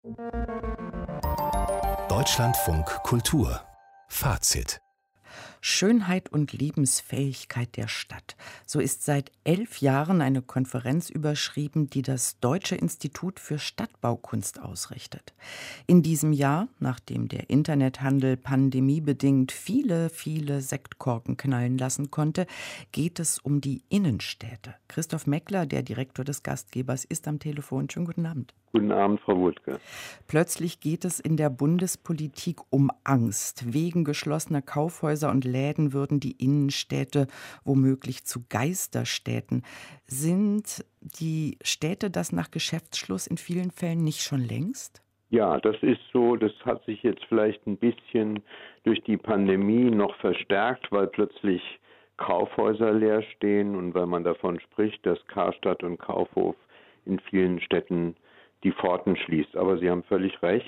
Deutschlandfunk Kultur Fazit. Schönheit und Lebensfähigkeit der Stadt. So ist seit 11 Jahren eine Konferenz überschrieben, die das Deutsche Institut für Stadtbaukunst ausrichtet. In diesem Jahr, nachdem der Internethandel pandemiebedingt viele Sektkorken knallen lassen konnte, geht es um die Innenstädte. Christoph Meckler, der Direktor des Gastgebers, ist am Telefon. Schönen guten Abend. Guten Abend, Frau Wuttke. Plötzlich geht es in der Bundespolitik um Angst. Wegen geschlossener Kaufhäuser und Läden würden die Innenstädte womöglich zu Geisterstädten. Sind die Städte das nach Geschäftsschluss in vielen Fällen nicht schon längst? Ja, das ist so. Das hat sich jetzt vielleicht ein bisschen durch die Pandemie noch verstärkt, weil plötzlich Kaufhäuser leer stehen und weil man davon spricht, dass Karstadt und Kaufhof in vielen Städten die Pforten schließt. Aber Sie haben völlig recht.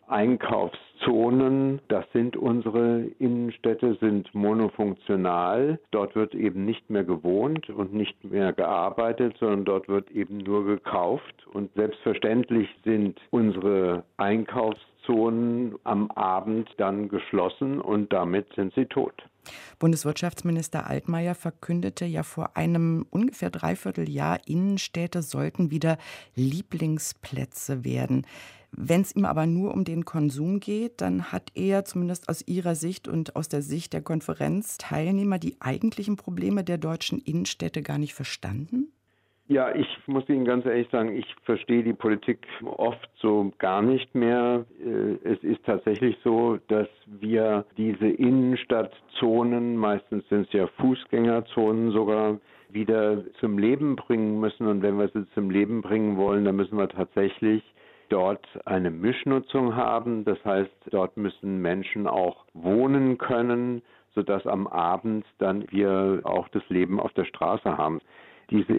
Einkaufszonen, das sind unsere Innenstädte, sind monofunktional. Dort wird eben nicht mehr gewohnt und nicht mehr gearbeitet, sondern dort wird eben nur gekauft. Und selbstverständlich sind unsere Einkaufszonen am Abend dann geschlossen und damit sind sie tot. Bundeswirtschaftsminister Altmaier verkündete ja vor einem ungefähr Dreivierteljahr, Innenstädte sollten wieder Lieblingsplätze werden. Wenn es ihm aber nur um den Konsum geht, dann hat er zumindest aus Ihrer Sicht und aus der Sicht der Konferenzteilnehmer die eigentlichen Probleme der deutschen Innenstädte gar nicht verstanden? Ja, ich muss Ihnen ganz ehrlich sagen, ich verstehe die Politik oft so gar nicht mehr. Es ist tatsächlich so, dass wir diese Innenstadtzonen, meistens sind es ja Fußgängerzonen sogar, wieder zum Leben bringen müssen. Und wenn wir sie zum Leben bringen wollen, dann müssen wir tatsächlich dort eine Mischnutzung haben. Das heißt, dort müssen Menschen auch wohnen können, sodass am Abend dann wir auch das Leben auf der Straße haben. Diese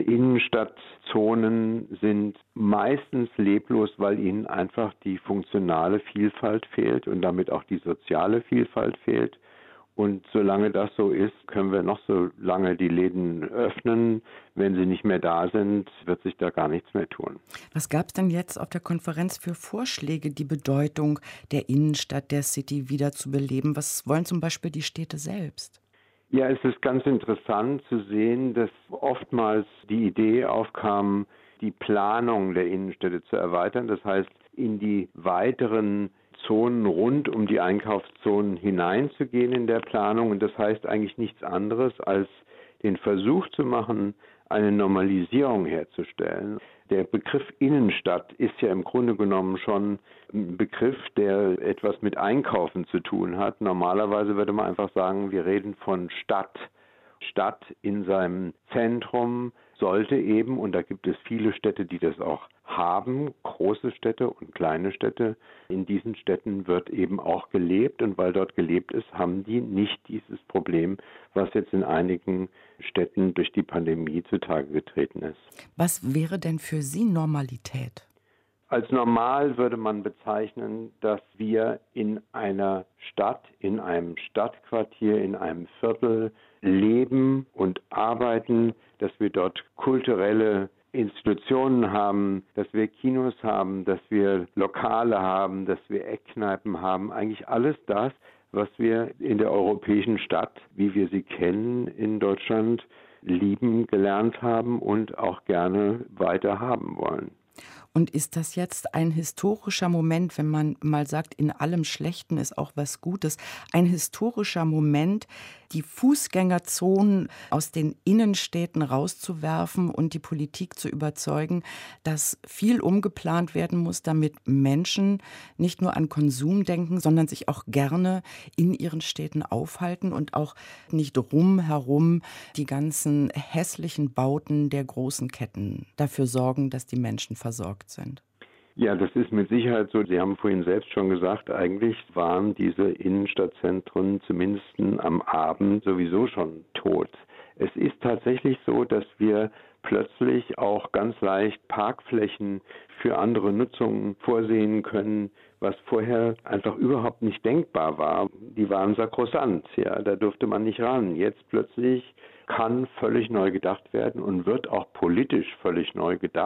Innenstadtzonen sind meistens leblos, weil ihnen einfach die funktionale Vielfalt fehlt und damit auch die soziale Vielfalt fehlt. Und solange das so ist, können wir noch so lange die Läden öffnen. Wenn sie nicht mehr da sind, wird sich da gar nichts mehr tun. Was gab es denn jetzt auf der Konferenz für Vorschläge, die Bedeutung der Innenstadt, der City wieder zu beleben? Was wollen zum Beispiel die Städte selbst? Ja, es ist ganz interessant zu sehen, dass oftmals die Idee aufkam, die Planung der Innenstädte zu erweitern. Das heißt, in die weiteren Zonen rund um die Einkaufszonen hineinzugehen in der Planung. Und das heißt eigentlich nichts anderes, als den Versuch zu machen, eine Normalisierung herzustellen. Der Begriff Innenstadt ist ja im Grunde genommen schon ein Begriff, der etwas mit Einkaufen zu tun hat. Normalerweise würde man einfach sagen, wir reden von Stadt. Stadt in seinem Zentrum sollte eben, und da gibt es viele Städte, die das auch haben, große Städte und kleine Städte. In diesen Städten wird eben auch gelebt und weil dort gelebt ist, haben die nicht dieses Problem, was jetzt in einigen Städten durch die Pandemie zutage getreten ist. Was wäre denn für Sie Normalität? Als normal würde man bezeichnen, dass wir in einer Stadt, in einem Stadtquartier, in einem Viertel leben und arbeiten, dass wir dort kulturelle Institutionen haben, dass wir Kinos haben, dass wir Lokale haben, dass wir Eckkneipen haben. Eigentlich alles das, was wir in der europäischen Stadt, wie wir sie kennen in Deutschland, lieben gelernt haben und auch gerne weiter haben wollen. Und ist das jetzt ein historischer Moment, wenn man mal sagt, in allem Schlechten ist auch was Gutes, ein historischer Moment, die Fußgängerzonen aus den Innenstädten rauszuwerfen und die Politik zu überzeugen, dass viel umgeplant werden muss, damit Menschen nicht nur an Konsum denken, sondern sich auch gerne in ihren Städten aufhalten und auch nicht herum die ganzen hässlichen Bauten der großen Ketten dafür sorgen, dass die Menschen versorgt sind. Ja, das ist mit Sicherheit so. Sie haben vorhin selbst schon gesagt, eigentlich waren diese Innenstadtzentren zumindest am Abend sowieso schon tot. Es ist tatsächlich so, dass wir plötzlich auch ganz leicht Parkflächen für andere Nutzungen vorsehen können, was vorher einfach überhaupt nicht denkbar war. Die waren sakrosant, ja, da durfte man nicht ran. Jetzt plötzlich kann völlig neu gedacht werden und wird auch politisch völlig neu gedacht.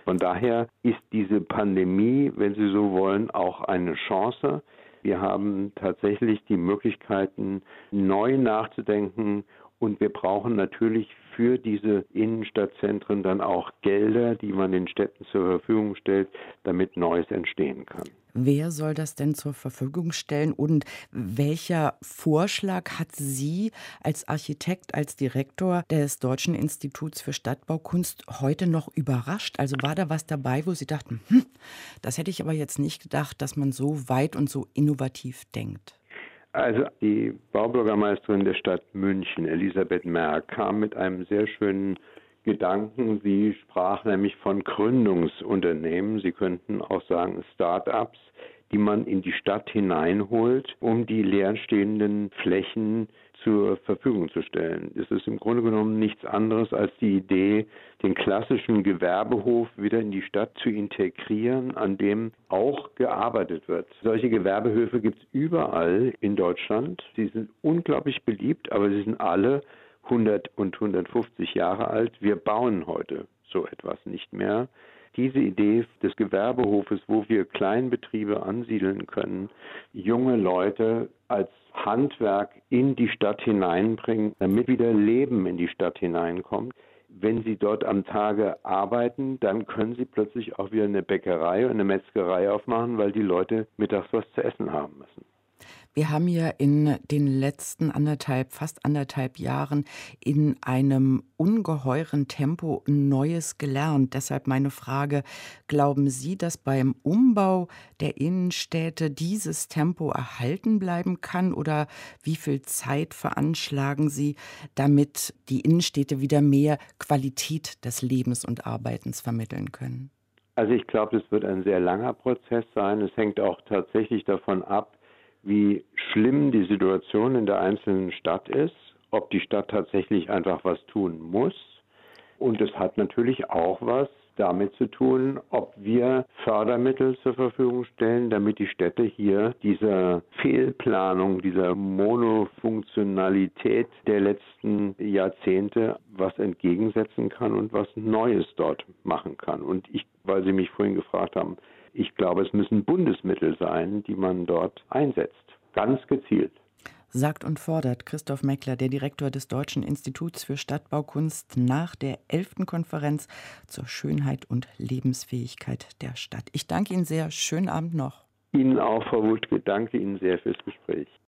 Von daher ist diese Pandemie, wenn Sie so wollen, auch eine Chance. Wir haben tatsächlich die Möglichkeiten, neu nachzudenken, und wir brauchen natürlich für diese Innenstadtzentren dann auch Gelder, die man den Städten zur Verfügung stellt, damit Neues entstehen kann. Wer soll das denn zur Verfügung stellen und welcher Vorschlag hat Sie als Architekt, als Direktor des Deutschen Instituts für Stadtbaukunst heute noch überrascht? Also war da was dabei, wo Sie dachten, das hätte ich aber jetzt nicht gedacht, dass man so weit und so innovativ denkt? Also die Baubürgermeisterin der Stadt München, Elisabeth Merck, kam mit einem sehr schönen Gedanken. Sie sprach nämlich von Gründungsunternehmen, Sie könnten auch sagen Start-ups, die man in die Stadt hineinholt, um die leerstehenden Flächen zur Verfügung zu stellen. Es ist im Grunde genommen nichts anderes als die Idee, den klassischen Gewerbehof wieder in die Stadt zu integrieren, an dem auch gearbeitet wird. Solche Gewerbehöfe gibt es überall in Deutschland. Sie sind unglaublich beliebt, aber sie sind alle 100 und 150 Jahre alt. Wir bauen heute so etwas nicht mehr. Diese Idee des Gewerbehofes, wo wir Kleinbetriebe ansiedeln können, junge Leute als Handwerk in die Stadt hineinbringen, damit wieder Leben in die Stadt hineinkommt. Wenn Sie dort am Tage arbeiten, dann können Sie plötzlich auch wieder eine Bäckerei und eine Metzgerei aufmachen, weil die Leute mittags was zu essen haben müssen. Wir haben ja in den letzten fast anderthalb Jahren in einem ungeheuren Tempo Neues gelernt. Deshalb meine Frage, glauben Sie, dass beim Umbau der Innenstädte dieses Tempo erhalten bleiben kann? Oder wie viel Zeit veranschlagen Sie, damit die Innenstädte wieder mehr Qualität des Lebens und Arbeitens vermitteln können? Also ich glaube, das wird ein sehr langer Prozess sein. Es hängt auch tatsächlich davon ab, wie schlimm die Situation in der einzelnen Stadt ist, ob die Stadt tatsächlich einfach was tun muss. Und es hat natürlich auch was damit zu tun, ob wir Fördermittel zur Verfügung stellen, damit die Städte hier dieser Fehlplanung, dieser Monofunktionalität der letzten Jahrzehnte was entgegensetzen kann und was Neues dort machen kann. Und weil Sie mich vorhin gefragt haben, ich glaube, es müssen Bundesmittel sein, die man dort einsetzt, ganz gezielt. Sagt und fordert Christoph Meckler, der Direktor des Deutschen Instituts für Stadtbaukunst, nach der 11. Konferenz zur Schönheit und Lebensfähigkeit der Stadt. Ich danke Ihnen sehr. Schönen Abend noch. Ihnen auch, Frau Wuttke. Danke Ihnen sehr fürs Gespräch.